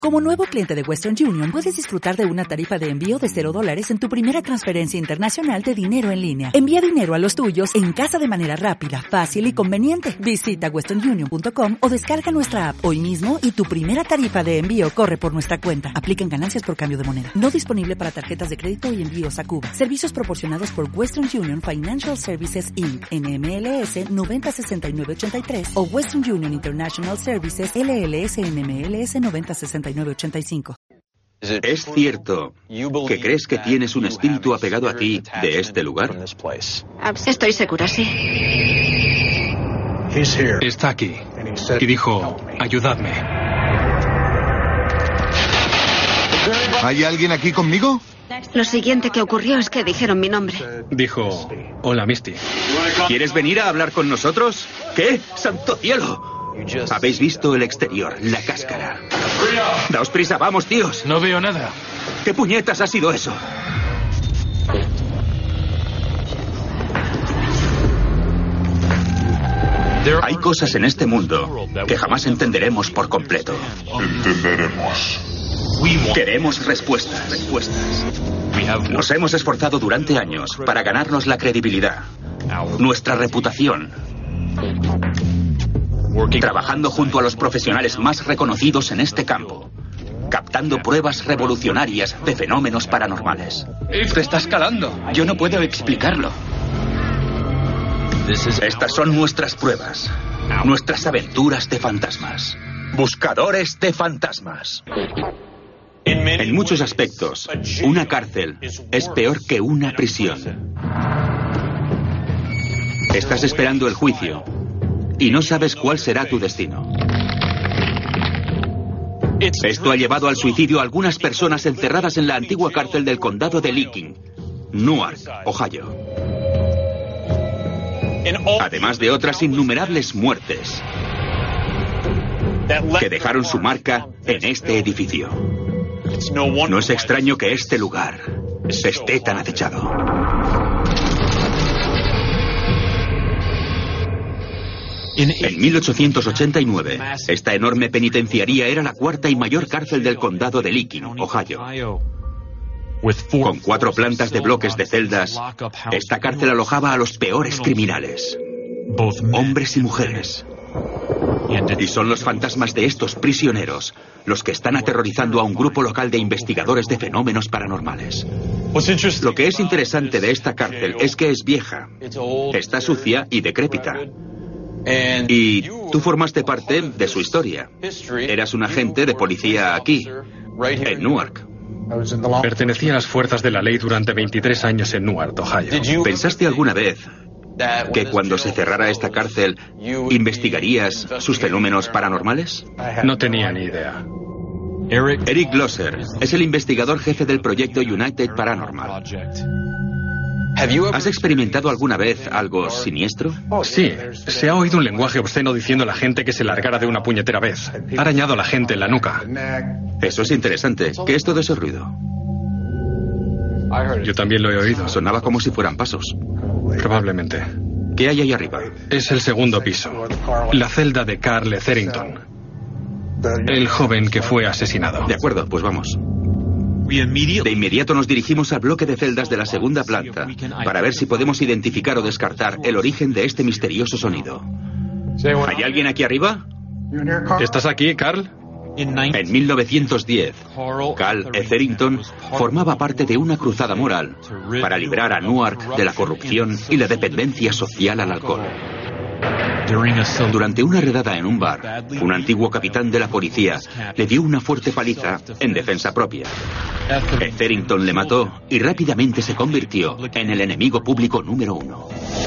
Como nuevo cliente de Western Union, puedes disfrutar de una tarifa de envío de $0 en tu primera transferencia internacional de dinero en línea. Envía dinero a los tuyos en casa de manera rápida, fácil y conveniente. Visita westernunion.com o descarga nuestra app hoy mismo y tu primera tarifa de envío corre por nuestra cuenta. Aplican ganancias por cambio de moneda. No disponible para tarjetas de crédito y envíos a Cuba. Servicios proporcionados por Western Union Financial Services Inc. NMLS 906983 o Western Union International Services LLS NMLS 906985. ¿Es cierto que crees que tienes un espíritu apegado a ti de este lugar? Estoy segura, sí. Está aquí. Y dijo, ayudadme. ¿Hay alguien aquí conmigo? Lo siguiente que ocurrió es que dijeron mi nombre. Dijo, hola, Misty. ¿Quieres venir a hablar con nosotros? ¿Qué? ¡Santo cielo! Habéis visto el exterior, la cáscara. Daos prisa, vamos, tíos. No veo nada. ¿Qué puñetas ha sido eso? Hay cosas en este mundo que jamás entenderemos por completo. Queremos respuestas. Nos hemos esforzado durante años para ganarnos la credibilidad, nuestra reputación, trabajando junto a los profesionales más reconocidos en este campo, captando pruebas revolucionarias de fenómenos paranormales. Te está escalando. Yo no puedo explicarlo. Estas son nuestras pruebas, nuestras aventuras de fantasmas. Buscadores de fantasmas. En muchos aspectos, una cárcel es peor que una prisión. Estás esperando el juicio y no sabes cuál será tu destino. Esto ha llevado al suicidio a algunas personas encerradas en la antigua cárcel del condado de Licking, Newark, Ohio. Además de otras innumerables muertes que dejaron su marca en este edificio. No es extraño que este lugar esté tan acechado. En 1889, esta enorme penitenciaría era la cuarta y mayor cárcel del condado de Licking, Ohio. Con 4 plantas de bloques de celdas, esta cárcel alojaba a los peores criminales, hombres y mujeres. Y son los fantasmas de estos prisioneros los que están aterrorizando a un grupo local de investigadores de fenómenos paranormales. Lo que es interesante de esta cárcel es que es vieja, está sucia y decrépita. Y tú formaste parte de su historia. Eras un agente de policía aquí, en Newark. Pertenecía a las fuerzas de la ley durante 23 años en Newark, Ohio. ¿Pensaste alguna vez que cuando se cerrara esta cárcel investigarías sus fenómenos paranormales? No tenía ni idea. Eric Glosser es el investigador jefe del proyecto United Paranormal. ¿Has experimentado alguna vez algo siniestro? Sí, se ha oído un lenguaje obsceno diciendo a la gente que se largara de una puñetera vez. Ha arañado a la gente en la nuca. Eso es interesante. ¿Qué es todo ese ruido? Yo también lo he oído. Sonaba como si fueran pasos. Probablemente. ¿Qué hay ahí arriba? Es el segundo piso. La celda de Carl Etherington, el joven que fue asesinado. De acuerdo, pues vamos. De inmediato nos dirigimos al bloque de celdas de la segunda planta para ver si podemos identificar o descartar el origen de este misterioso sonido. ¿Hay alguien aquí arriba? ¿Estás aquí, Carl? En 1910, Carl Etherington formaba parte de una cruzada moral para librar a Newark de la corrupción y la dependencia social al alcohol. Durante una redada en un bar, un antiguo capitán de la policía le dio una fuerte paliza en defensa propia. Etherington le mató y rápidamente se convirtió en el enemigo público número 1.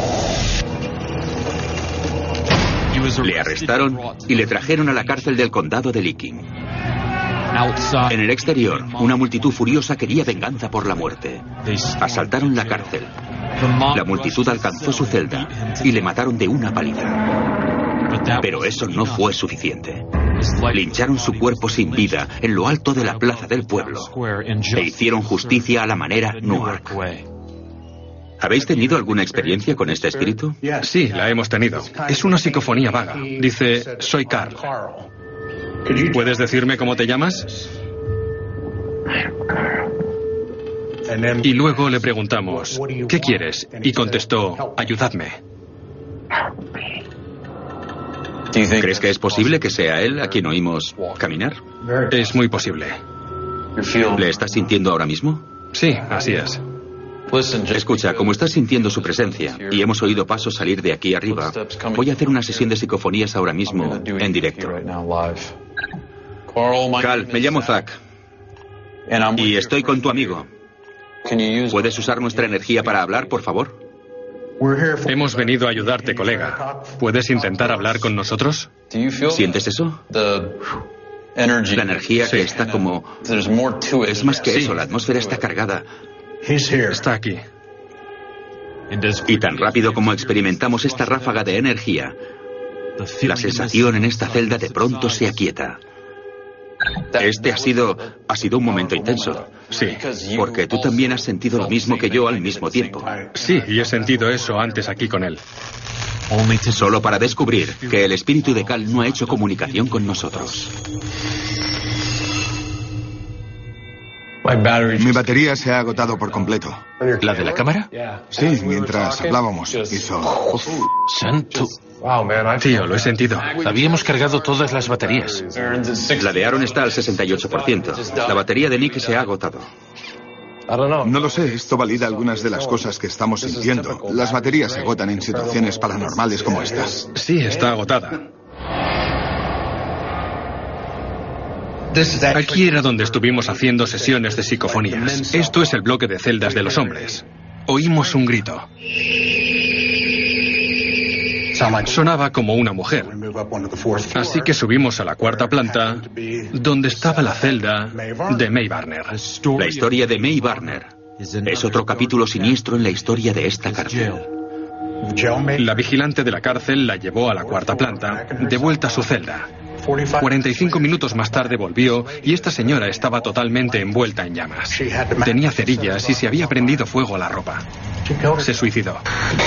Le arrestaron y le trajeron a la cárcel del condado de Licking. En el exterior, una multitud furiosa quería venganza por la muerte. Asaltaron la cárcel. La multitud alcanzó su celda y le mataron de una paliza. Pero eso no fue suficiente. Lincharon su cuerpo sin vida en lo alto de la plaza del pueblo e hicieron justicia a la manera Newark. ¿Habéis tenido alguna experiencia con este espíritu? Sí, la hemos tenido. Es una psicofonía vaga. Dice, soy Carl. ¿Puedes decirme cómo te llamas? Y luego le preguntamos, ¿qué quieres? Y contestó, ayudadme. ¿Crees que es posible que sea él a quien oímos caminar? Es muy posible. ¿Le estás sintiendo ahora mismo? Sí, así es. Escucha, como estás sintiendo su presencia y hemos oído pasos salir de aquí arriba, voy a hacer una sesión de psicofonías ahora mismo en directo. Cal, me llamo Zack y estoy con tu amigo. ¿Puedes usar nuestra energía para hablar, por favor? Hemos venido a ayudarte, colega. ¿Puedes intentar hablar con nosotros? ¿Sientes eso? La energía que está como... Es más que eso, la atmósfera está cargada. Está aquí. Y tan rápido como experimentamos esta ráfaga de energía, la sensación en esta celda de pronto se aquieta. Este ha sido un momento intenso. Sí. Porque tú también has sentido lo mismo que yo al mismo tiempo. Sí, y he sentido eso antes aquí con él. Solo para descubrir que el espíritu de Cal no ha hecho comunicación con nosotros. Mi batería se ha agotado por completo. ¿La de la cámara? Sí, mientras hablábamos. Hizo... ¡Santo! Tío, lo he sentido. Habíamos cargado todas las baterías. La de Aaron está al 68%. La batería de Nick se ha agotado. No lo sé, esto valida algunas de las cosas que estamos sintiendo. Las baterías se agotan en situaciones paranormales como esta. Sí, está agotada. Aquí era donde estuvimos haciendo sesiones de psicofonías. Esto es el bloque de celdas de los hombres. Oímos un grito. Sonaba como una mujer. Así que subimos a la cuarta planta, donde estaba la celda de May Barner. La historia de May Barner es otro capítulo siniestro en la historia de esta cárcel. La vigilante de la cárcel la llevó a la cuarta planta, de vuelta a su celda. 45 minutos más tarde volvió y esta señora estaba totalmente envuelta en llamas. Tenía cerillas y se había prendido fuego a la ropa. Se suicidó.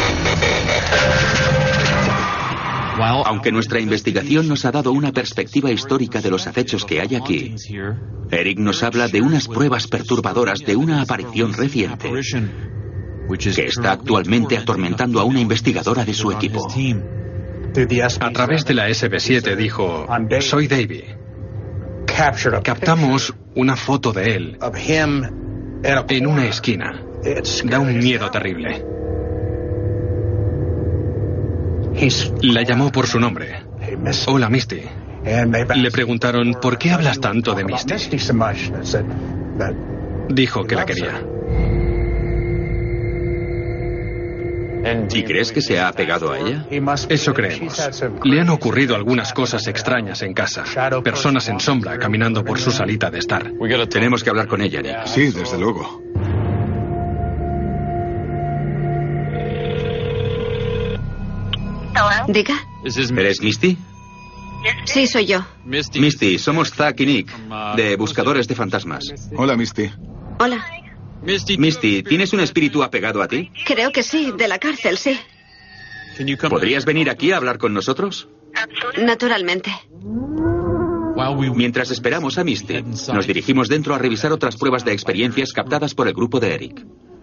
Aunque nuestra investigación nos ha dado una perspectiva histórica de los acechos que hay aquí, Eric nos habla de unas pruebas perturbadoras de una aparición reciente que está actualmente atormentando a una investigadora de su equipo. A través de la SB7 dijo, soy Davey. Captamos una foto de él en una esquina. Da un miedo terrible. La llamó por su nombre. Hola, Misty. Le preguntaron, ¿por qué hablas tanto de Misty? Dijo que la quería. ¿Y crees que se ha apegado a ella? Eso creemos. Le han ocurrido algunas cosas extrañas en casa. Personas en sombra caminando por su salita de estar. Tenemos que hablar con ella, Nick. Sí, desde luego. Diga. ¿Eres Misty? Sí, soy yo. Misty, somos Zack y Nick, de Buscadores de Fantasmas. Hola, Misty. Hola. Misty, ¿tienes un espíritu apegado a ti? Creo que sí, de la cárcel, sí. ¿Podrías venir aquí a hablar con nosotros? Naturalmente. Mientras esperamos a Misty, nos dirigimos dentro a revisar otras pruebas de experiencias captadas por el grupo de Eric.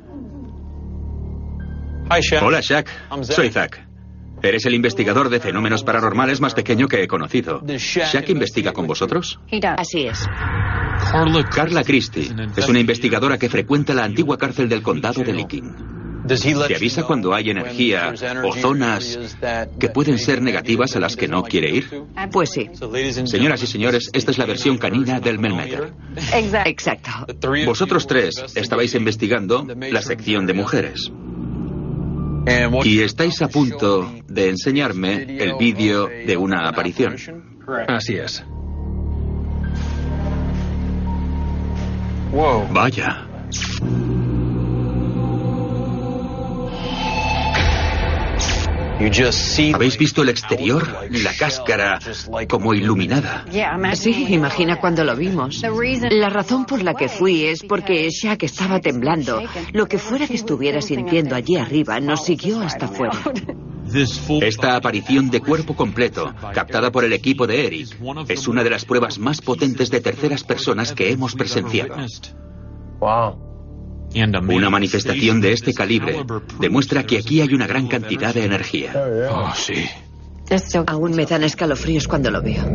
Hola, Shaq. Soy Zack. Eres el investigador de fenómenos paranormales más pequeño que he conocido. ¿Shaq investiga con vosotros? Así es. Carla Christie es una investigadora que frecuenta la antigua cárcel del condado de Licking. ¿Te avisa cuando hay energía o zonas que pueden ser negativas a las que no quiere ir? Pues sí. Señoras y señores, esta es la versión canina del Melmeter. Exacto. Vosotros tres estabais investigando la sección de mujeres. Y estáis a punto de enseñarme el vídeo de una aparición. Así es. Vaya. ¿Habéis visto el exterior? La cáscara como iluminada. Sí, imagina cuando lo vimos. La razón por la que fui es porque Shaq estaba temblando. Lo que fuera que estuviera sintiendo allí arriba nos siguió hasta afuera. Esta aparición de cuerpo completo, captada por el equipo de Eric, es una de las pruebas más potentes de terceras personas que hemos presenciado. Una manifestación de este calibre demuestra que aquí hay una gran cantidad de energía. Oh, sí. Aún me dan escalofríos cuando lo veo.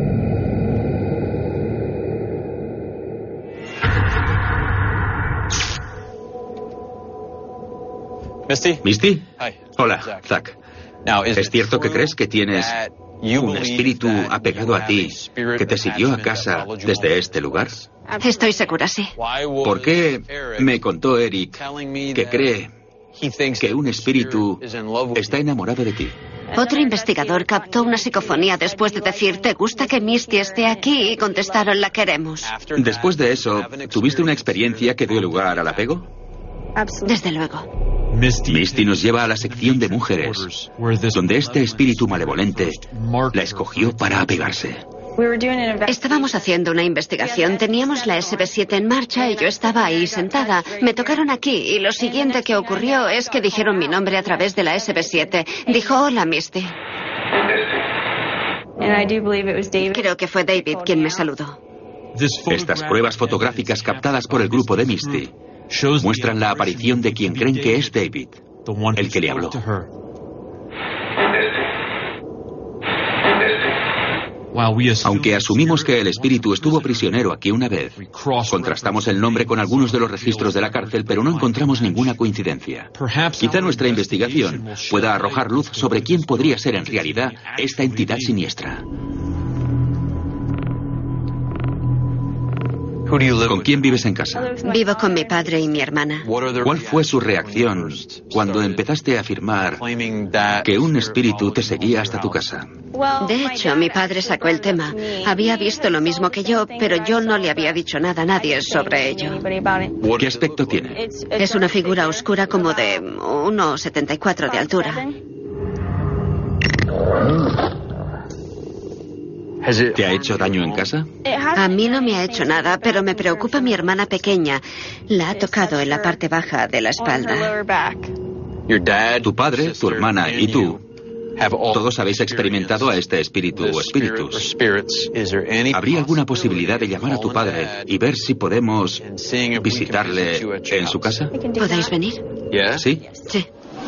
¿Misty? Hola, Zack. ¿Es cierto que crees que tienes un espíritu apegado a ti que te siguió a casa desde este lugar? Estoy segura, sí. ¿Por qué me contó Eric que cree que un espíritu está enamorado de ti? Otro investigador captó una psicofonía después de decir, ¿te gusta que Misty esté aquí? Y contestaron, la queremos. Después de eso, ¿tuviste una experiencia que dio lugar al apego? Desde luego. Misty nos lleva a la sección de mujeres, donde este espíritu malevolente la escogió para apegarse. Estábamos haciendo una investigación, teníamos la SB7 en marcha y yo estaba ahí sentada. Me tocaron aquí y lo siguiente que ocurrió es que dijeron mi nombre a través de la SB7. Dijo, hola, Misty. Creo que fue David quien me saludó. Estas pruebas fotográficas captadas por el grupo de Misty muestran la aparición de quien creen que es David, el que le habló. Aunque asumimos que el espíritu estuvo prisionero aquí una vez, contrastamos el nombre con algunos de los registros de la cárcel, pero no encontramos ninguna coincidencia. Quizá nuestra investigación pueda arrojar luz sobre quién podría ser en realidad esta entidad siniestra. ¿Con quién vives en casa? Vivo con mi padre y mi hermana. ¿Cuál fue su reacción cuando empezaste a afirmar que un espíritu te seguía hasta tu casa? De hecho, mi padre sacó el tema. Había visto lo mismo que yo, pero yo no le había dicho nada a nadie sobre ello. ¿Qué aspecto tiene? Es una figura oscura como de 1,74 de altura. ¿Te ha hecho daño en casa? A mí no me ha hecho nada, pero me preocupa mi hermana pequeña. La ha tocado en la parte baja de la espalda. Tu padre, tu hermana y tú, todos habéis experimentado a este espíritu o espíritus. ¿Habría alguna posibilidad de llamar a tu padre y ver si podemos visitarle en su casa? ¿Podéis venir? ¿Sí? Sí.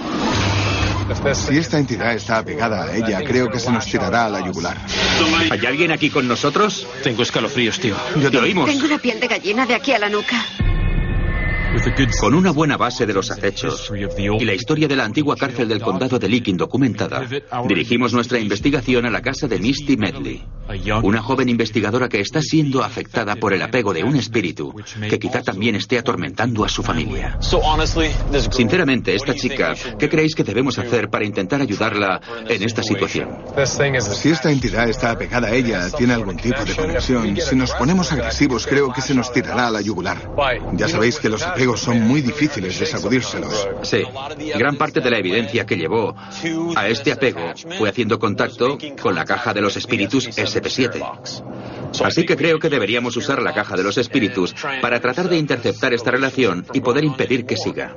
Si esta entidad está apegada a ella, creo que se nos tirará a la yugular. ¿Hay alguien aquí con nosotros? Tengo escalofríos, tío. Te oímos. Tengo la piel de gallina de aquí a la nuca. Con una buena base de los acechos y la historia de la antigua cárcel del condado de Licking documentada, dirigimos nuestra investigación a la casa de Misty Medley, una joven investigadora que está siendo afectada por el apego de un espíritu que quizá también esté atormentando a su familia. Sinceramente, esta chica, ¿qué creéis que debemos hacer para intentar ayudarla en esta situación? Si esta entidad está apegada a ella, tiene algún tipo de conexión, si nos ponemos agresivos, creo que se nos tirará a la yugular. Ya sabéis que los apegos son muy difíciles de sacudírselos. Sí. Gran parte de la evidencia que llevó a este apego fue haciendo contacto con la caja de los espíritus SP7. Así que creo que deberíamos usar la caja de los espíritus para tratar de interceptar esta relación y poder impedir que siga.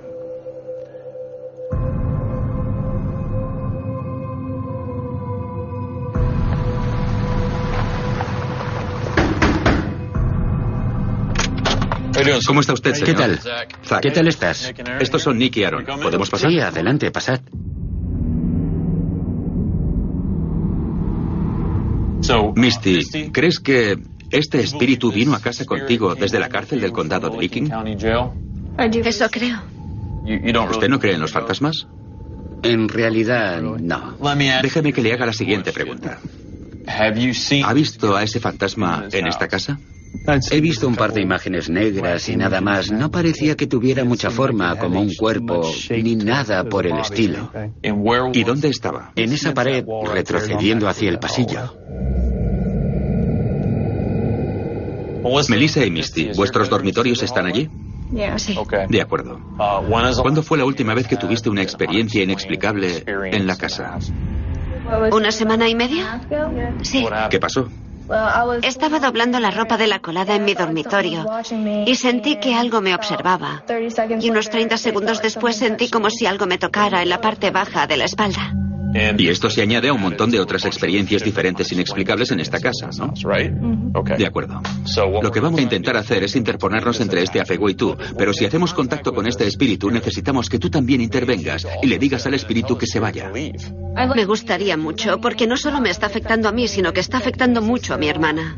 ¿Cómo está usted, señor? ¿Qué tal? Zack. ¿Qué tal estás? Estos son Nick y Aaron. ¿Podemos pasar? Sí, adelante, pasad. Misty, ¿crees que este espíritu vino a casa contigo desde la cárcel del condado de Licking? Eso creo. ¿Usted no cree en los fantasmas? En realidad, no. Déjeme que le haga la siguiente pregunta. ¿Ha visto a ese fantasma en esta casa? He visto un par de imágenes negras y nada más. No parecía que tuviera mucha forma, como un cuerpo, ni nada por el estilo. ¿Y dónde estaba? En esa pared, retrocediendo hacia el pasillo. Melissa y Misty, ¿vuestros dormitorios están allí? Sí. De acuerdo. ¿Cuándo fue la última vez que tuviste una experiencia inexplicable en la casa? ¿1 semana y media? Sí. ¿Qué pasó? Estaba doblando la ropa de la colada en mi dormitorio y sentí que algo me observaba. Y unos 30 segundos después sentí como si algo me tocara en la parte baja de la espalda. Y esto se añade a un montón de otras experiencias diferentes inexplicables en esta casa, ¿no? De acuerdo. Lo que vamos a intentar hacer es interponernos entre este apego y tú, pero si hacemos contacto con este espíritu, necesitamos que tú también intervengas y le digas al espíritu que se vaya. Me gustaría mucho, porque no solo me está afectando a mí, sino que está afectando mucho a mi hermana.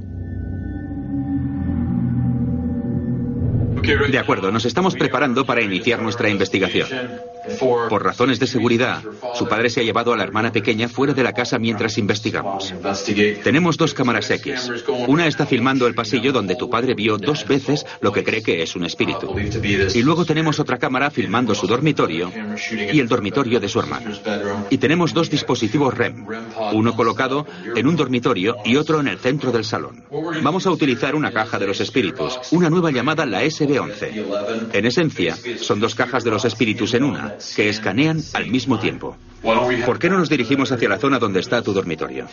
De acuerdo, nos estamos preparando para iniciar nuestra investigación. Por razones de seguridad, su padre se ha llevado a la hermana pequeña fuera de la casa mientras investigamos. Tenemos 2 cámaras X. Una está filmando el pasillo donde tu padre vio 2 veces lo que cree que es un espíritu. Y luego tenemos otra cámara filmando su dormitorio y el dormitorio de su hermano. Y tenemos 2 dispositivos REM, uno colocado en un dormitorio y otro en el centro del salón. Vamos a utilizar una caja de los espíritus, una nueva llamada la SB11. En esencia, son 2 cajas de los espíritus en una, que escanean al mismo tiempo. ¿Por qué no nos dirigimos hacia la zona donde está tu dormitorio?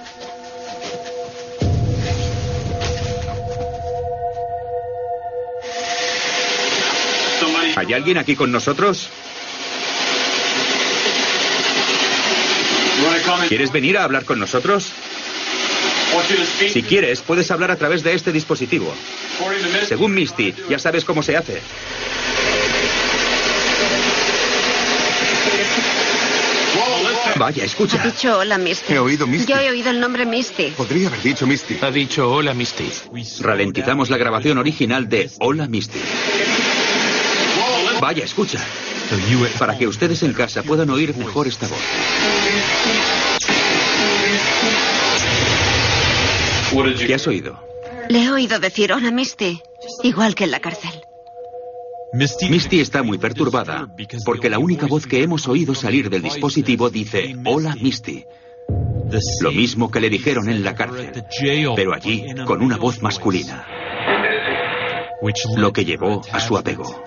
¿Hay alguien aquí con nosotros? ¿Quieres venir a hablar con nosotros? Si quieres, puedes hablar a través de este dispositivo. Según Misty, ya sabes cómo se hace. Vaya, escucha. Ha dicho hola, Misty. He oído Misty. Yo he oído el nombre Misty. Podría haber dicho Misty. Ha dicho hola, Misty. Ralentizamos la grabación original de Hola, Misty. Vaya, escucha. Para que ustedes en casa puedan oír mejor esta voz. ¿Qué has oído? Le he oído decir hola, Misty. Igual que en la cárcel. Misty está muy perturbada porque la única voz que hemos oído salir del dispositivo dice hola, Misty. Lo mismo que le dijeron en la cárcel, pero allí con una voz masculina. Lo que llevó a su apego.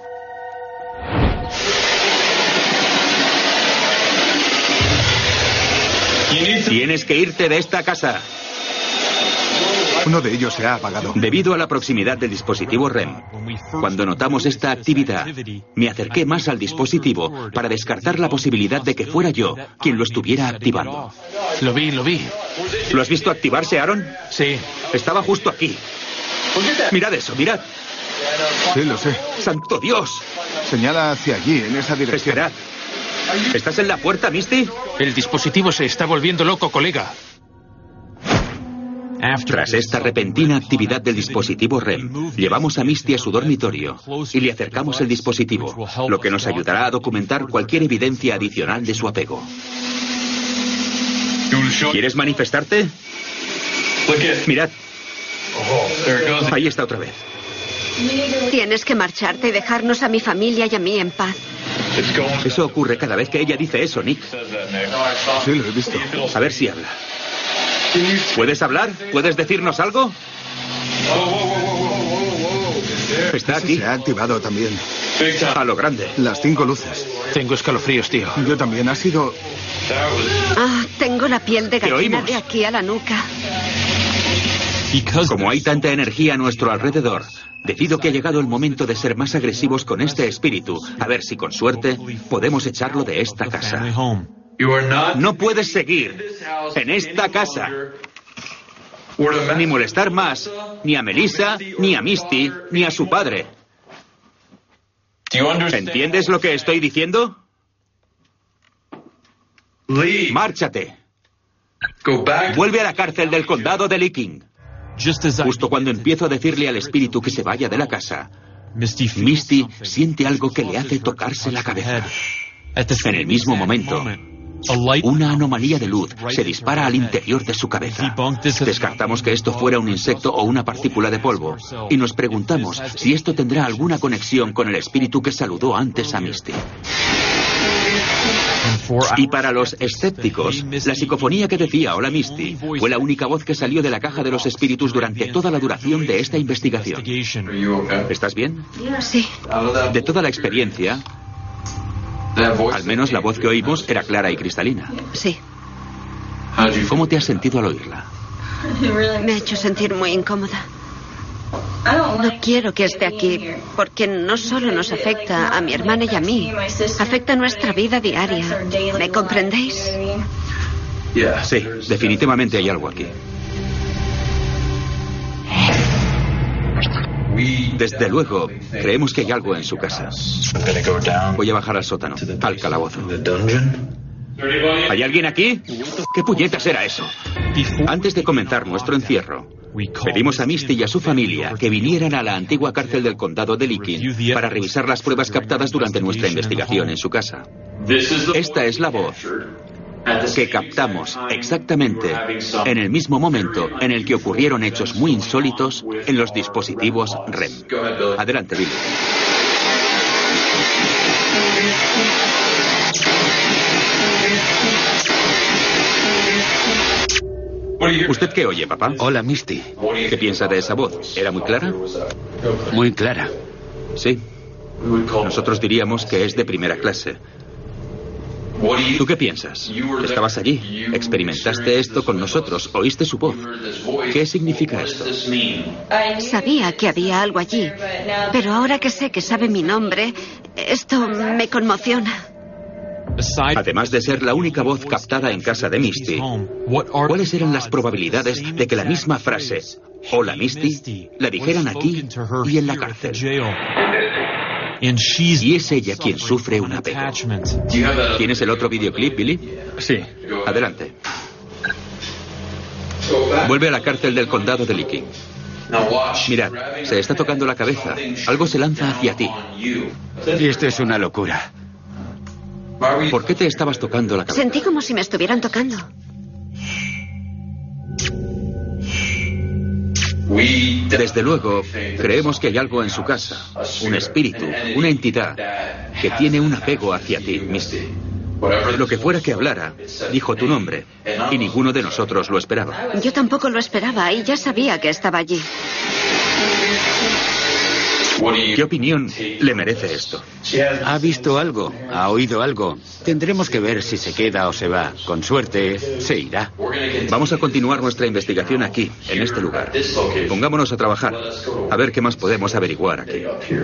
Tienes que irte de esta casa. Uno de ellos se ha apagado. Debido a la proximidad del dispositivo REM, cuando notamos esta actividad, me acerqué más al dispositivo para descartar la posibilidad de que fuera yo quien lo estuviera activando. Lo vi. ¿Lo has visto activarse, Aaron? Sí. Estaba justo aquí. Mirad eso, mirad. Sí, lo sé. ¡Santo Dios! Señala hacia allí, en esa dirección. Esperad. ¿Estás en la puerta, Misty? El dispositivo se está volviendo loco, colega. Tras esta repentina actividad del dispositivo REM, llevamos a Misty a su dormitorio y le acercamos el dispositivo, lo que nos ayudará a documentar cualquier evidencia adicional de su apego. ¿Quieres manifestarte? Mirad. Ahí está otra vez. Tienes que marcharte y dejarnos a mi familia y a mí en paz. Eso ocurre cada vez que ella dice eso, Nick. Sí, lo he visto. A ver si habla. ¿Puedes hablar? ¿Puedes decirnos algo? Está aquí. Se ha activado también. A lo grande. Las 5 luces. Tengo escalofríos, tío. Yo también. Ha sido... Tengo la piel de ¿Te gallina oímos? de aquí a la nuca. Como hay tanta energía a nuestro alrededor, decido que ha llegado el momento de ser más agresivos con este espíritu, a ver si con suerte podemos echarlo de esta casa. No puedes seguir en esta casa, ni molestar más ni a Melissa, ni a Misty, ni a su padre. ¿Entiendes lo que estoy diciendo? Márchate. Vuelve a la cárcel del condado de Licking. Justo cuando empiezo a decirle al espíritu que se vaya de la casa, Misty siente algo que le hace tocarse la cabeza. En el mismo momento, una anomalía de luz se dispara al interior de su cabeza. Descartamos que esto fuera un insecto o una partícula de polvo y nos preguntamos si esto tendrá alguna conexión con el espíritu que saludó antes a Misty. Y para los escépticos, la psicofonía que decía hola Misty fue la única voz que salió de la caja de los espíritus durante toda la duración de esta investigación. ¿Estás bien? Sí. De toda la experiencia, al menos la voz que oímos era clara y cristalina. Sí. ¿Cómo te has sentido al oírla? Me ha hecho sentir muy incómoda. No quiero que esté aquí, porque no solo nos afecta a mi hermana y a mí, afecta a nuestra vida diaria. ¿Me comprendéis? Sí, definitivamente hay algo aquí. Desde luego, creemos que hay algo en su casa. Voy a bajar al sótano, al calabozo. ¿Hay alguien aquí? ¿Qué puñetas era eso? Antes de comenzar nuestro encierro, pedimos a Misty y a su familia que vinieran a la antigua cárcel del condado de Licking para revisar las pruebas captadas durante nuestra investigación en su casa. Esta es la voz que captamos exactamente en el mismo momento en el que ocurrieron hechos muy insólitos en los dispositivos REM. Adelante, Billy. ¿Usted qué oye, papá? Hola, Misty. ¿Qué piensa de esa voz? ¿Era muy clara? Muy clara. Sí. Nosotros diríamos que es de primera clase. ¿Tú qué piensas? Estabas allí, experimentaste esto con nosotros, oíste su voz. ¿Qué significa esto? Sabía que había algo allí, pero ahora que sé que sabe mi nombre, esto me conmociona. Además de ser la única voz captada en casa de Misty, ¿cuáles eran las probabilidades de que la misma frase, hola Misty, la dijeran aquí y en la cárcel? Y es ella quien sufre un apego. ¿Tienes el otro videoclip, Billy? Sí. Adelante. Vuelve a la cárcel del condado de Licking. Mirad, se está tocando la cabeza. Algo se lanza hacia ti. Y esto es una locura. ¿Por qué te estabas tocando la cabeza? Sentí como si me estuvieran tocando. Desde luego, creemos que hay algo en su casa, un espíritu, una entidad, que tiene un apego hacia ti, Misty. Lo que fuera que hablara, dijo tu nombre, y ninguno de nosotros lo esperaba. Yo tampoco lo esperaba y ya sabía que estaba allí. ¿Qué opinión le merece esto? ¿Ha visto algo? ¿Ha oído algo? Tendremos que ver si se queda o se va. Con suerte, se irá. Vamos a continuar nuestra investigación aquí, en este lugar. Pongámonos a trabajar, a ver qué más podemos averiguar aquí.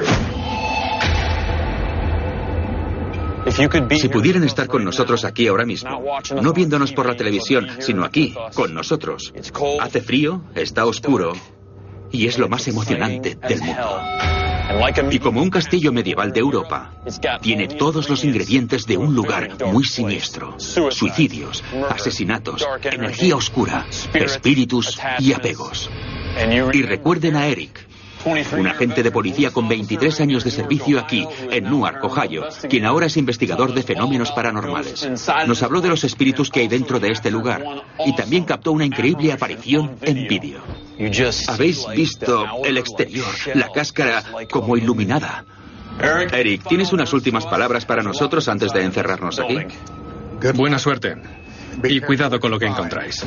Si pudieran estar con nosotros aquí ahora mismo, no viéndonos por la televisión, sino aquí, con nosotros. Hace frío, está oscuro y es lo más emocionante del mundo. Y como un castillo medieval de Europa, tiene todos los ingredientes de un lugar muy siniestro. Suicidios, asesinatos, energía oscura, espíritus y apegos. Y recuerden a Eric, un agente de policía con 23 años de servicio aquí, en Newark, Ohio, quien ahora es investigador de fenómenos paranormales. Nos habló de los espíritus que hay dentro de este lugar y también captó una increíble aparición en vídeo. Habéis visto el exterior, la cáscara como iluminada. Eric, ¿tienes unas últimas palabras para nosotros antes de encerrarnos aquí? Buena suerte. Y cuidado con lo que encontráis.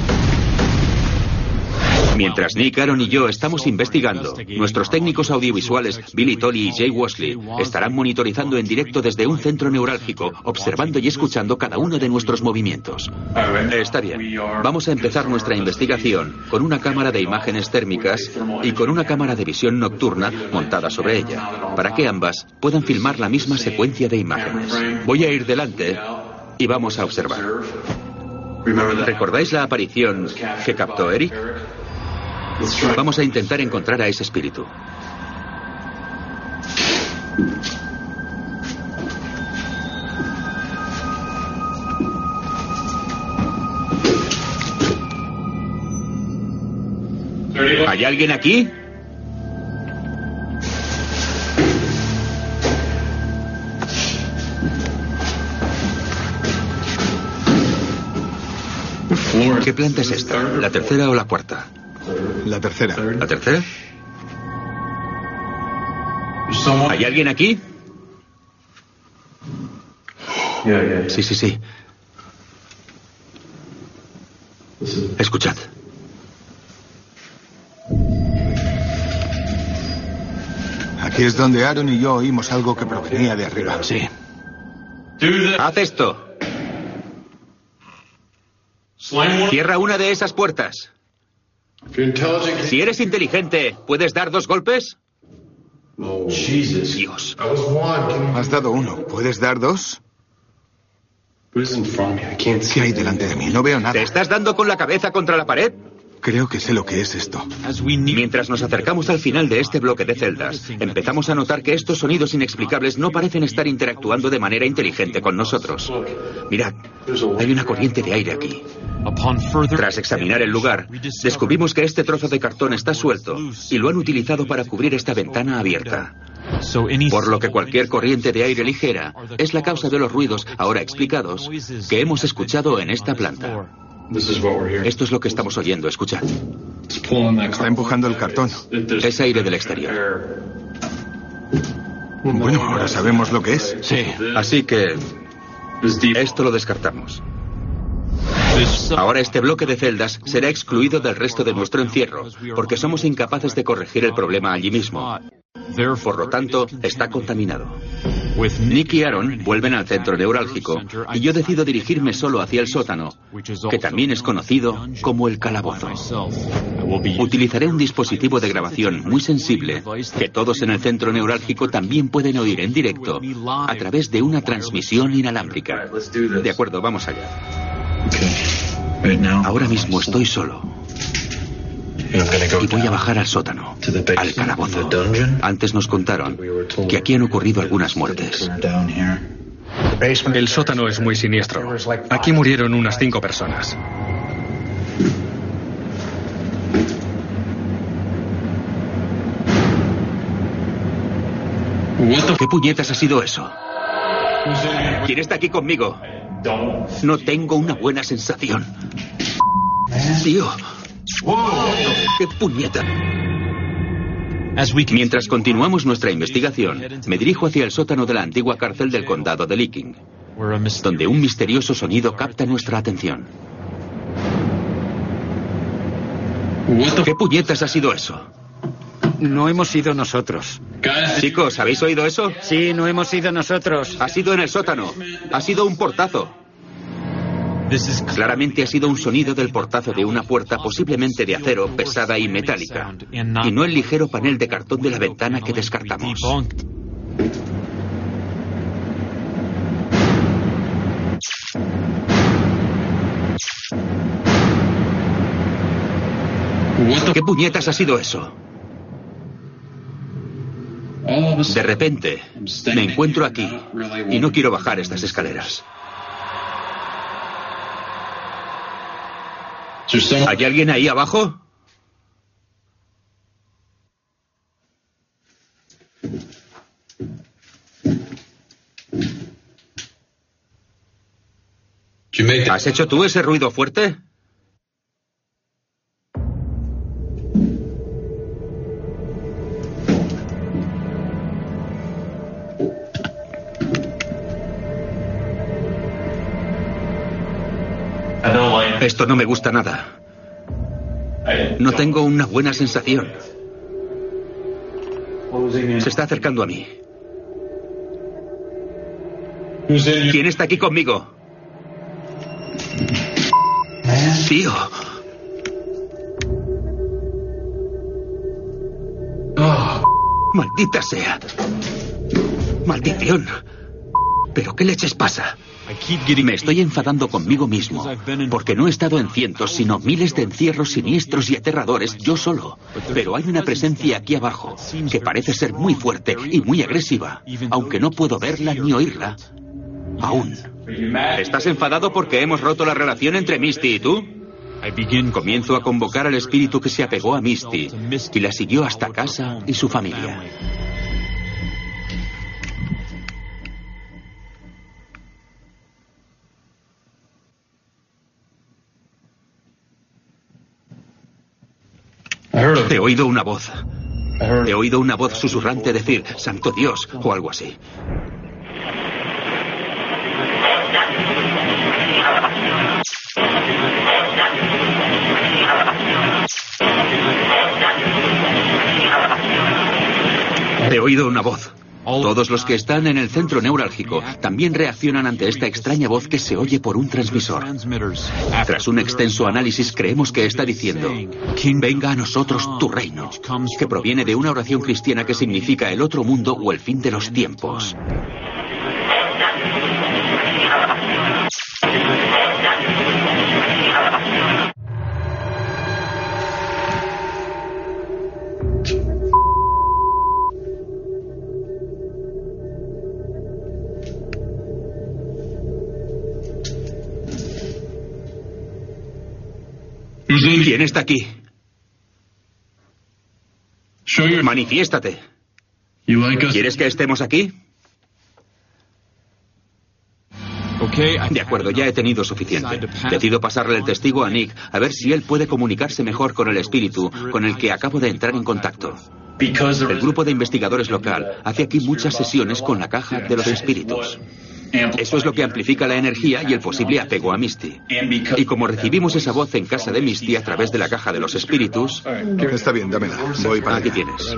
Mientras Nick, Aaron y yo estamos investigando, nuestros técnicos audiovisuales, Billy Tolley y Jay Wasley, estarán monitorizando en directo desde un centro neurálgico, observando y escuchando cada uno de nuestros movimientos. Está bien. Vamos a empezar nuestra investigación con una cámara de imágenes térmicas y con una cámara de visión nocturna montada sobre ella, para que ambas puedan filmar la misma secuencia de imágenes. Voy a ir delante y vamos a observar. ¿Recordáis la aparición que captó Eric? Vamos a intentar encontrar a ese espíritu. ¿Hay alguien aquí? ¿Qué planta es esta? ¿La tercera o la cuarta? La tercera. ¿La tercera? ¿Hay alguien aquí? Sí, sí, sí. Escuchad. Aquí es donde Aaron y yo oímos algo que provenía de arriba. Sí. Haz esto. Cierra una de esas puertas. Si eres inteligente, ¿puedes dar 2 golpes? Dios. Has dado 1. ¿Puedes dar 2? ¿Qué hay delante de mí? No veo nada. ¿Te estás dando con la cabeza contra la pared? Creo que sé lo que es esto. Mientras nos acercamos al final de este bloque de celdas, empezamos a notar que estos sonidos inexplicables no parecen estar interactuando de manera inteligente con nosotros. Mirad, hay una corriente de aire aquí. Tras examinar el lugar, descubrimos que este trozo de cartón está suelto y lo han utilizado para cubrir esta ventana abierta. Por lo que cualquier corriente de aire ligera es la causa de los ruidos, ahora explicados, que hemos escuchado en esta planta. Esto es lo que estamos oyendo, escuchad. Está empujando el cartón. Es aire del exterior. Bueno, ahora sabemos lo que es. Sí. Así que esto lo descartamos. Ahora este bloque de celdas será excluido del resto de nuestro encierro, porque somos incapaces de corregir el problema allí mismo. Por lo tanto, está contaminado. Nick y Aaron vuelven al centro neurálgico y yo decido dirigirme solo hacia el sótano, que también es conocido como el calabozo. Utilizaré un dispositivo de grabación muy sensible que todos en el centro neurálgico también pueden oír en directo a través de una transmisión inalámbrica. De acuerdo, vamos allá. Ahora mismo estoy solo. Y voy a bajar al sótano, al calabozo. Antes nos contaron que aquí han ocurrido algunas muertes. El sótano es muy siniestro. Aquí murieron unas 5 personas. ¿Qué puñetas ha sido eso? ¿Quién está aquí conmigo? No tengo una buena sensación. Tío. ¡Qué puñeta! Mientras continuamos nuestra investigación, me dirijo hacia el sótano de la antigua cárcel del condado de Licking, donde un misterioso sonido capta nuestra atención. ¿Qué puñetas ha sido eso? No hemos sido nosotros. Chicos, ¿habéis oído eso? Sí, no hemos sido nosotros. Ha sido en el sótano. Ha sido un portazo. Claramente ha sido un sonido del portazo de una puerta posiblemente de acero, pesada y metálica, y no el ligero panel de cartón de la ventana que descartamos. ¿Qué puñetas ha sido eso? De repente, me encuentro aquí y no quiero bajar estas escaleras. ¿Hay alguien ahí abajo? ¿Has hecho tú ese ruido fuerte? Esto no me gusta nada. No tengo una buena sensación. Se está acercando a mí. ¿Quién está aquí conmigo? Tío. Maldita sea. Maldición. ¿Pero qué leches pasa? Me estoy enfadando conmigo mismo, porque no he estado en cientos, sino miles de encierros siniestros y aterradores yo solo. Pero hay una presencia aquí abajo, que parece ser muy fuerte y muy agresiva, aunque no puedo verla ni oírla. Aún. ¿Estás enfadado porque hemos roto la relación entre Misty y tú? Comienzo a convocar al espíritu que se apegó a Misty y la siguió hasta casa y su familia. He oído una voz. He oído una voz susurrante decir, Santo Dios, o algo así. He oído una voz. Todos los que están en el centro neurálgico también reaccionan ante esta extraña voz que se oye por un transmisor. Tras un extenso análisis creemos que está diciendo, venga a nosotros tu reino, que proviene de una oración cristiana que significa el otro mundo o el fin de los tiempos. ¿Quién está aquí? Manifiéstate. ¿Quieres que estemos aquí? De acuerdo, ya he tenido suficiente. Decido pasarle el testigo a Nick, a ver si él puede comunicarse mejor con el espíritu con el que acabo de entrar en contacto. El grupo de investigadores local hace aquí muchas sesiones con la caja de los espíritus. Eso es lo que amplifica la energía y el posible apego a Misty. Y como recibimos esa voz en casa de Misty a través de la caja de los espíritus... Está bien, dámela. Voy para aquí. Allá. Tienes.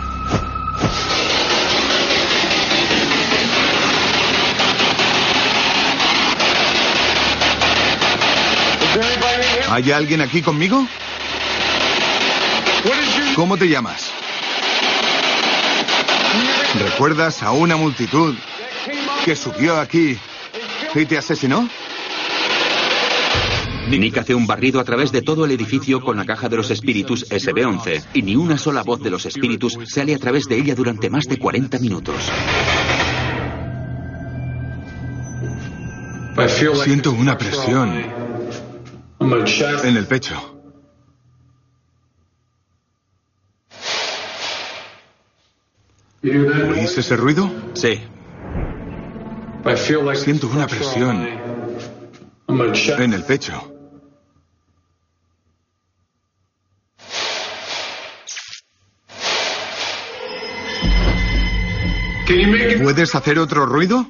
¿Hay alguien aquí conmigo? ¿Cómo te llamas? ¿Recuerdas a una multitud que subió aquí y te asesinó? Nick hace un barrido a través de todo el edificio con la caja de los espíritus SB-11 y ni una sola voz de los espíritus sale a través de ella durante más de 40 minutos. Siento una presión en el pecho. ¿Oís ese ruido? Sí. Siento una presión en el pecho. ¿Puedes hacer otro ruido?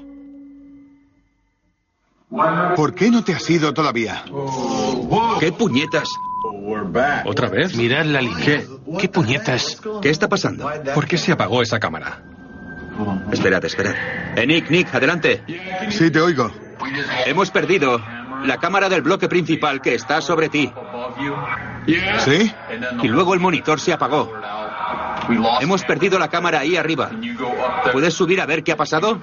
¿Por qué no te has ido todavía? ¿Qué puñetas? ¿Otra vez? Mirad la línea. ¿Qué puñetas? ¿Qué está pasando? ¿Por qué se apagó esa cámara? Esperad. Nick, adelante. Sí, te oigo. Hemos perdido la cámara del bloque principal que está sobre ti. ¿Sí? Y luego el monitor se apagó. Hemos perdido la cámara ahí arriba. ¿Puedes subir a ver qué ha pasado?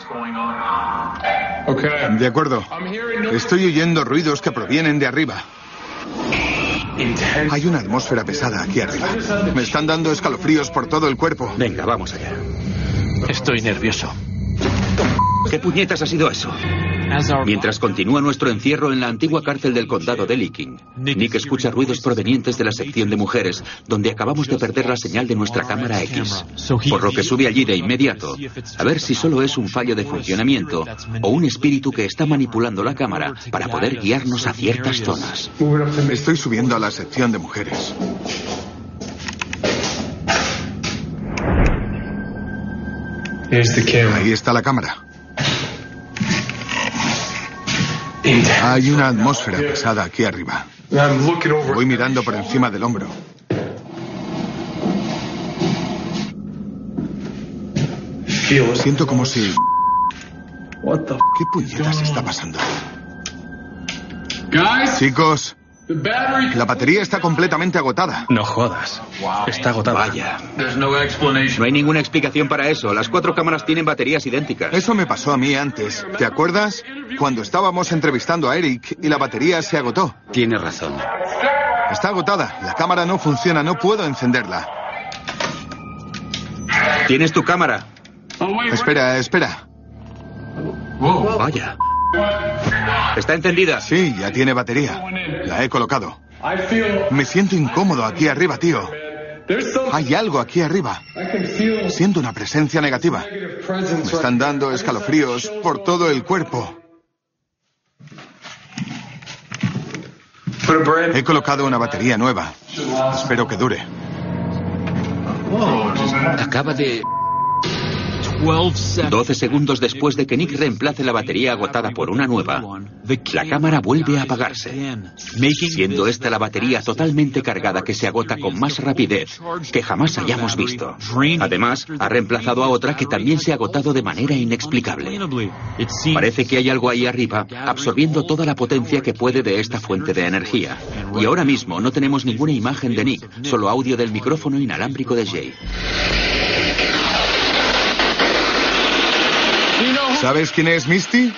De acuerdo. Estoy oyendo ruidos que provienen de arriba. Hay una atmósfera pesada aquí arriba. Me están dando escalofríos por todo el cuerpo. Venga, vamos allá. Estoy nervioso. ¿Qué puñetas ha sido eso? Mientras continúa nuestro encierro en la antigua cárcel del condado de Licking, Nick escucha ruidos provenientes de la sección de mujeres, donde acabamos de perder la señal de nuestra cámara X. Por lo que sube allí de inmediato, a ver si solo es un fallo de funcionamiento o un espíritu que está manipulando la cámara para poder guiarnos a ciertas zonas. Estoy subiendo a la sección de mujeres. Ahí está la cámara. Hay una atmósfera pesada aquí arriba. Voy mirando por encima del hombro. Siento como si... ¿Qué puñetas está pasando? Chicos, la batería está completamente agotada. No jodas. Está agotada. Vaya. No hay ninguna explicación para eso. Las 4 cámaras tienen baterías idénticas. Eso me pasó a mí antes. ¿Te acuerdas? Cuando estábamos entrevistando a Eric y la batería se agotó. Tiene razón. Está agotada. La cámara no funciona. No puedo encenderla. ¿Tienes tu cámara? Espera. Vaya. ¿Está encendida? Sí, ya tiene batería. La he colocado. Me siento incómodo aquí arriba, tío. Hay algo aquí arriba. Siento una presencia negativa. Me están dando escalofríos por todo el cuerpo. He colocado una batería nueva. Espero que dure. Acaba de... 12 segundos después de que Nick reemplace la batería agotada por una nueva, la cámara vuelve a apagarse, siendo esta la batería totalmente cargada que se agota con más rapidez que jamás hayamos visto. Además, ha reemplazado a otra que también se ha agotado de manera inexplicable. Parece que hay algo ahí arriba absorbiendo toda la potencia que puede de esta fuente de energía. Y ahora mismo no tenemos ninguna imagen de Nick, solo audio del micrófono inalámbrico de Jay. ¿Sabes quién es Misty?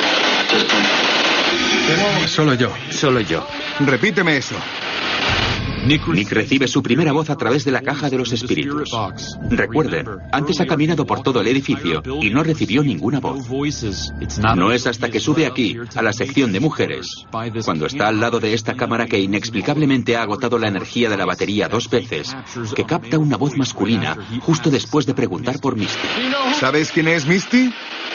Solo yo. Solo yo. Repíteme eso. Nick recibe su primera voz a través de la caja de los espíritus. Recuerden, antes ha caminado por todo el edificio y no recibió ninguna voz. No es hasta que sube aquí, a la sección de mujeres, cuando está al lado de esta cámara que inexplicablemente ha agotado la energía de la batería 2 veces, que capta una voz masculina justo después de preguntar por Misty. ¿Sabes quién es Misty?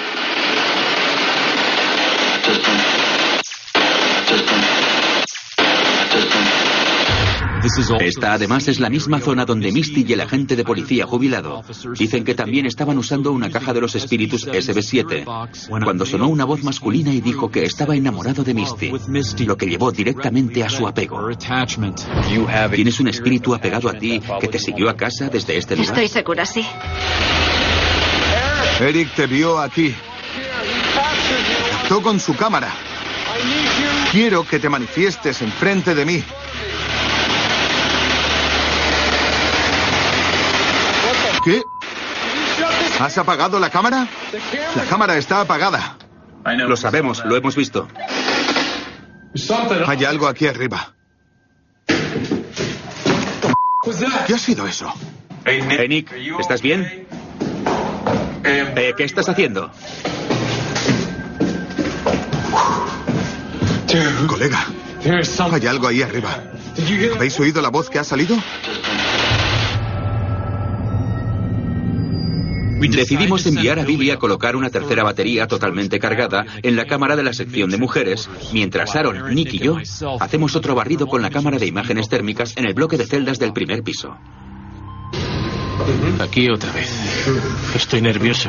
Esta además es la misma zona donde Misty y el agente de policía jubilado dicen que también estaban usando una caja de los espíritus SB7 cuando sonó una voz masculina y dijo que estaba enamorado de Misty, lo que llevó directamente a su apego. ¿Tienes un espíritu apegado a ti que te siguió a casa desde este lugar? Estoy segura, sí. Eric te vio aquí. Captó con su cámara. Quiero que te manifiestes enfrente de mí. ¿Qué? ¿Has apagado la cámara? La cámara está apagada. Lo sabemos, lo hemos visto. Hay algo aquí arriba. ¿Qué ha sido eso? Nick, ¿estás bien? ¿Qué estás haciendo? Colega, hay algo ahí arriba. ¿Habéis oído la voz que ha salido? Decidimos enviar a Billy a colocar una tercera batería totalmente cargada en la cámara de la sección de mujeres, mientras Aaron, Nick y yo hacemos otro barrido con la cámara de imágenes térmicas en el bloque de celdas del primer piso. Aquí otra vez. Estoy nervioso.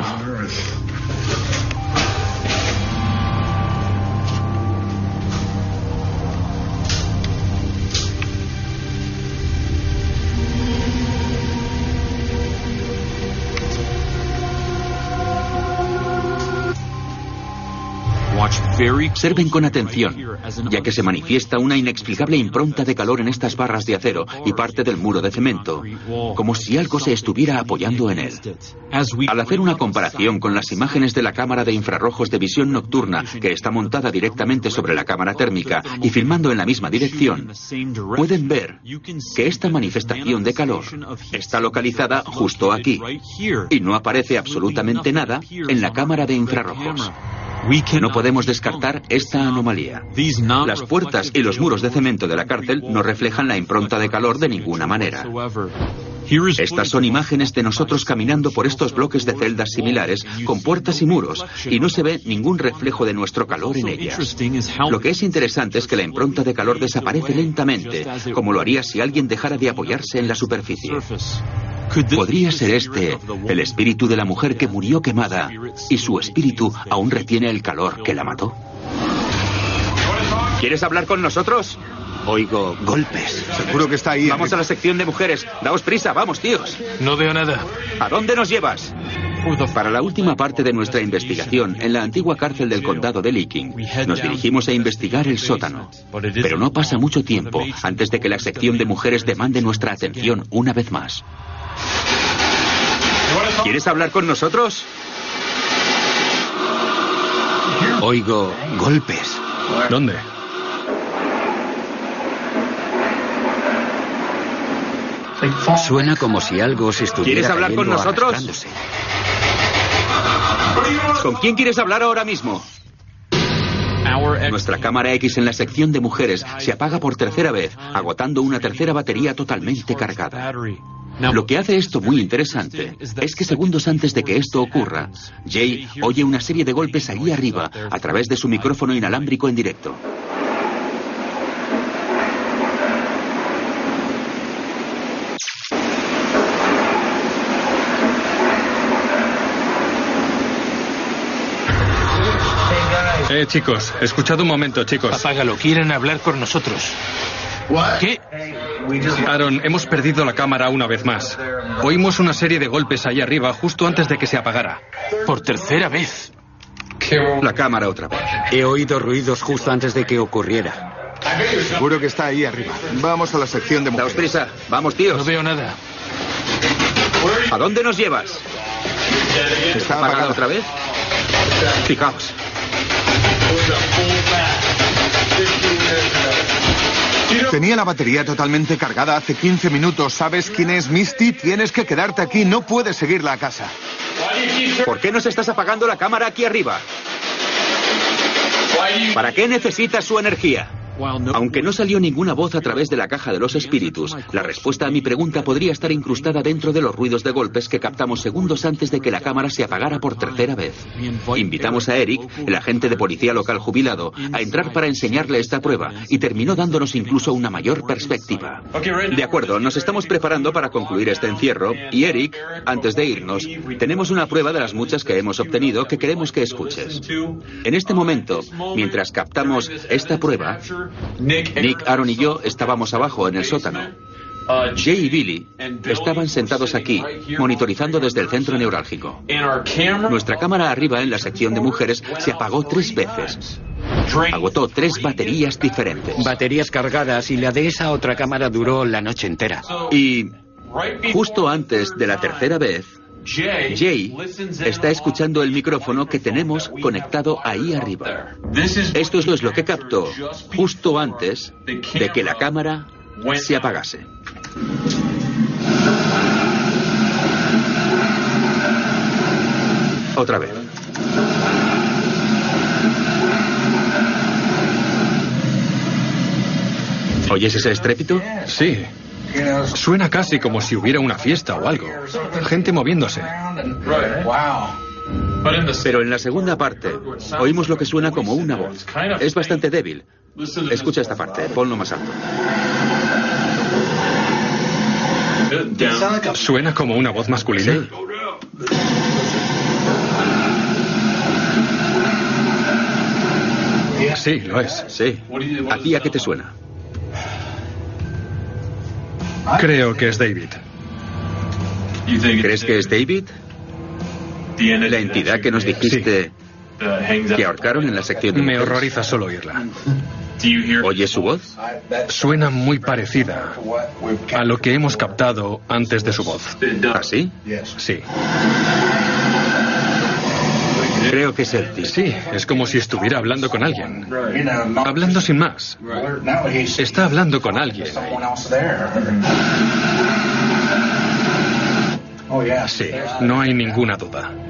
Observen con atención, ya que se manifiesta una inexplicable impronta de calor en estas barras de acero y parte del muro de cemento, como si algo se estuviera apoyando en él. Al hacer una comparación con las imágenes de la cámara de infrarrojos de visión nocturna, que está montada directamente sobre la cámara térmica y filmando en la misma dirección, pueden ver que esta manifestación de calor está localizada justo aquí, y no aparece absolutamente nada en la cámara de infrarrojos. No podemos descartar esta anomalía. Las puertas y los muros de cemento de la cárcel no reflejan la impronta de calor de ninguna manera. Estas son imágenes de nosotros caminando por estos bloques de celdas similares, con puertas y muros, y no se ve ningún reflejo de nuestro calor en ellas. Lo que es interesante es que la impronta de calor desaparece lentamente, como lo haría si alguien dejara de apoyarse en la superficie. ¿Podría ser este el espíritu de la mujer que murió quemada y su espíritu aún retiene el calor que la mató? ¿Quieres hablar con nosotros? Oigo golpes. Seguro que está ahí. Vamos a la sección de mujeres. Daos prisa, vamos, tíos. No veo nada. ¿A dónde nos llevas? Para la última parte de nuestra investigación, en la antigua cárcel del condado de Licking, nos dirigimos a investigar el sótano. Pero no pasa mucho tiempo antes de que la sección de mujeres demande nuestra atención una vez más. ¿Quieres hablar con nosotros? Oigo golpes. ¿Dónde? Suena como si algo se estuviera ¿Quieres hablar con cayendo, nosotros? arrastrándose. ¿Con quién quieres hablar ahora mismo? Nuestra cámara X en la sección de mujeres se apaga por tercera vez, agotando una tercera batería totalmente cargada. Lo que hace esto muy interesante es que segundos antes de que esto ocurra, Jay oye una serie de golpes allí arriba a través de su micrófono inalámbrico en directo. Chicos, escuchad un momento, chicos. Apágalo, quieren hablar con nosotros. ¿Qué? Aaron, hemos perdido la cámara una vez más. Oímos una serie de golpes ahí arriba justo antes de que se apagara. Por tercera vez. La cámara otra vez. He oído ruidos justo antes de que ocurriera. Seguro que está ahí arriba. Vamos a la sección de mujeres. Daos prisa, vamos, tíos. No veo nada. ¿A dónde nos llevas? Está ¿Apagado apagada. otra vez? Fijaos. Tenía la batería totalmente cargada hace 15 minutos. ¿Sabes quién es Misty? Tienes que quedarte aquí. No puedes seguirla a casa. ¿Por qué nos estás apagando la cámara aquí arriba? ¿Para qué necesitas su energía? Aunque no salió ninguna voz a través de la caja de los espíritus, la respuesta a mi pregunta podría estar incrustada dentro de los ruidos de golpes que captamos segundos antes de que la cámara se apagara por tercera vez. Invitamos a Eric, el agente de policía local jubilado, a entrar para enseñarle esta prueba y terminó dándonos incluso una mayor perspectiva. De acuerdo, nos estamos preparando para concluir este encierro y Eric, antes de irnos, tenemos una prueba de las muchas que hemos obtenido que queremos que escuches. En este momento, mientras captamos esta prueba, Nick, Aaron y yo estábamos abajo en el sótano. Jay y Billy estaban sentados aquí, monitorizando desde el centro neurálgico. Nuestra cámara arriba en la sección de mujeres se apagó 3 veces. Agotó 3 baterías diferentes. Baterías cargadas y la de esa otra cámara duró la noche entera. Y justo antes de la tercera vez, Jay está escuchando el micrófono que tenemos conectado ahí arriba. Esto es lo que captó justo antes de que la cámara se apagase. Otra vez. ¿Oyes ese estrépito? Sí. Suena casi como si hubiera una fiesta o algo. Gente moviéndose. Pero en la segunda parte, oímos lo que suena como una voz. Es bastante débil. Escucha esta parte, ponlo más alto. Suena como una voz masculina. Sí, lo es. Sí. ¿A ti a qué te suena? Creo que es David. ¿Crees que es David? La entidad que nos dijiste que ahorcaron en la sección de mujeres. Me horroriza solo oírla. ¿Oyes su voz? Suena muy parecida a lo que hemos captado antes de su voz. ¿Así? Sí. Creo que es él, tío. Sí, es como si estuviera hablando con alguien. Hablando sin más. Está hablando con alguien. Sí, no hay ninguna duda.